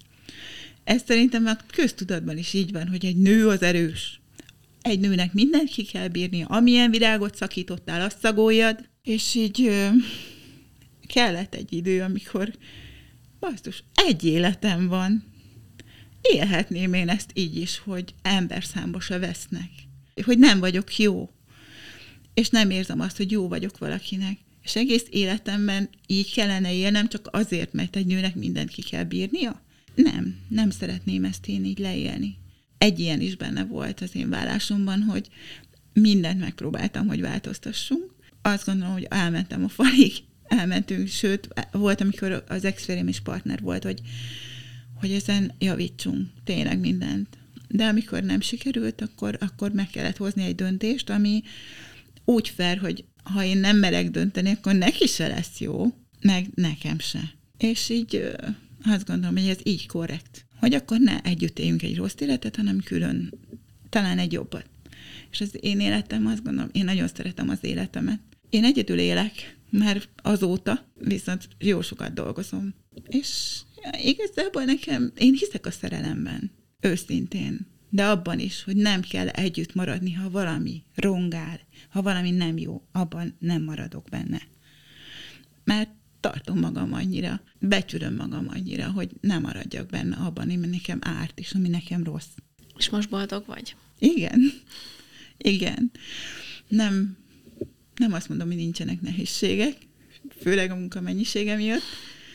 Ez szerintem a köztudatban is így van, hogy egy nő az erős. Egy nőnek mindent ki kell bírnia, amilyen virágot szakítottál, azt szagoljad, és így kellett egy idő, amikor basszus, egy életem van. Élhetném én ezt így is, hogy emberszámba se vesznek. Hogy nem vagyok jó. És nem érzem azt, hogy jó vagyok valakinek. És egész életemben így kellene élnem, csak azért, mert egy nőnek mindent ki kell bírnia? Nem szeretném ezt én így leélni. Egy ilyen is benne volt az én vállásomban, hogy mindent megpróbáltam, hogy változtassunk. Azt gondolom, hogy elmentem a falig, elmentünk, sőt, volt, amikor az ex-férjem is partner volt, hogy ezen javítsunk tényleg mindent. De amikor nem sikerült, akkor meg kellett hozni egy döntést, ami úgy fair, hogy ha én nem merek dönteni, akkor neki se lesz jó, meg nekem se. És így Azt gondolom, hogy ez így korrekt. Hogy akkor ne együtt éljünk egy rossz életet, hanem külön, talán egy jobbat. És az én életem, azt gondolom, én nagyon szeretem az életemet. Én egyedül élek, mert azóta viszont jó sokat dolgozom. És igazából nekem, én hiszek a szerelemben, őszintén. De abban is, hogy nem kell együtt maradni, ha valami rongál, ha valami nem jó, abban nem maradok benne. Mert tartom magam annyira, becsülöm magam annyira, hogy nem maradjak benne abban, ami nekem árt, és ami nekem rossz. És most boldog vagy? Igen. Nem azt mondom, hogy nincsenek nehézségek, főleg a munkamennyisége miatt,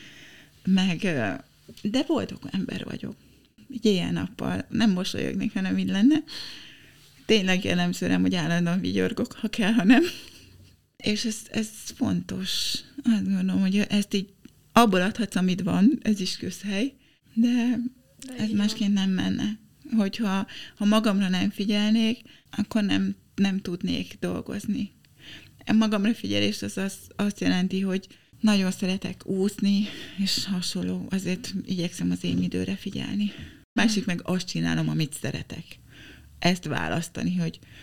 de boldog ember vagyok. Így éjjel-nappal nem mosolyognék, hanem így lenne. Tényleg jellemző rám, hogy állandóan vigyorgok, ha kell, ha nem. És ez fontos. Azt gondolom, hogy ezt így abból adhatsz, amit van, ez is közhely, de ez másként nem menne. Hogyha magamra nem figyelnék, akkor nem tudnék dolgozni. A magamra figyelés az azt jelenti, hogy nagyon szeretek úszni, és hasonló, azért igyekszem az én időre figyelni. Másik meg azt csinálom, amit szeretek. Ezt választani,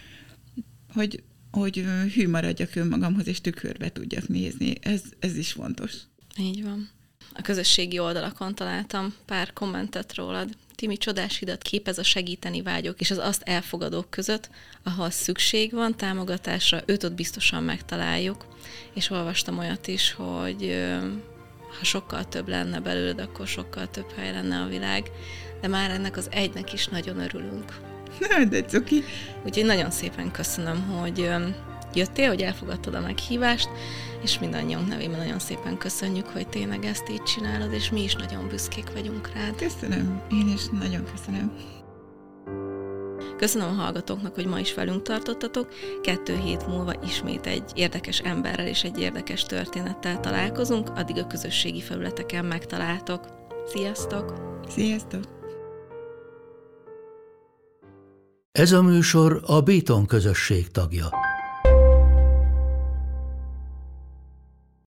hogy hű maradjak önmagamhoz, és tükörbe tudjak nézni. Ez is fontos. Így van. A közösségi oldalakon találtam pár kommentet rólad. Timi, csodás hidat képez a segíteni vágyók és az azt elfogadók között, ahol szükség van támogatásra, őt ott biztosan megtaláljuk. És olvastam olyat is, hogy ha sokkal több lenne belőled, akkor sokkal több hely lenne a világ, de már ennek az egynek is nagyon örülünk. De cuki. Úgyhogy nagyon szépen köszönöm, hogy jöttél, hogy elfogadtad a meghívást, és mindannyiunk nevében nagyon szépen köszönjük, hogy tényleg ezt így csinálod, és mi is nagyon büszkék vagyunk rád. Köszönöm, én is nagyon köszönöm. Köszönöm a hallgatóknak, hogy ma is velünk tartottatok. 2 hét múlva ismét egy érdekes emberrel és egy érdekes történettel találkozunk, addig a közösségi felületeken megtaláltok. Sziasztok! Sziasztok! Ez a műsor a Béton közösség tagja.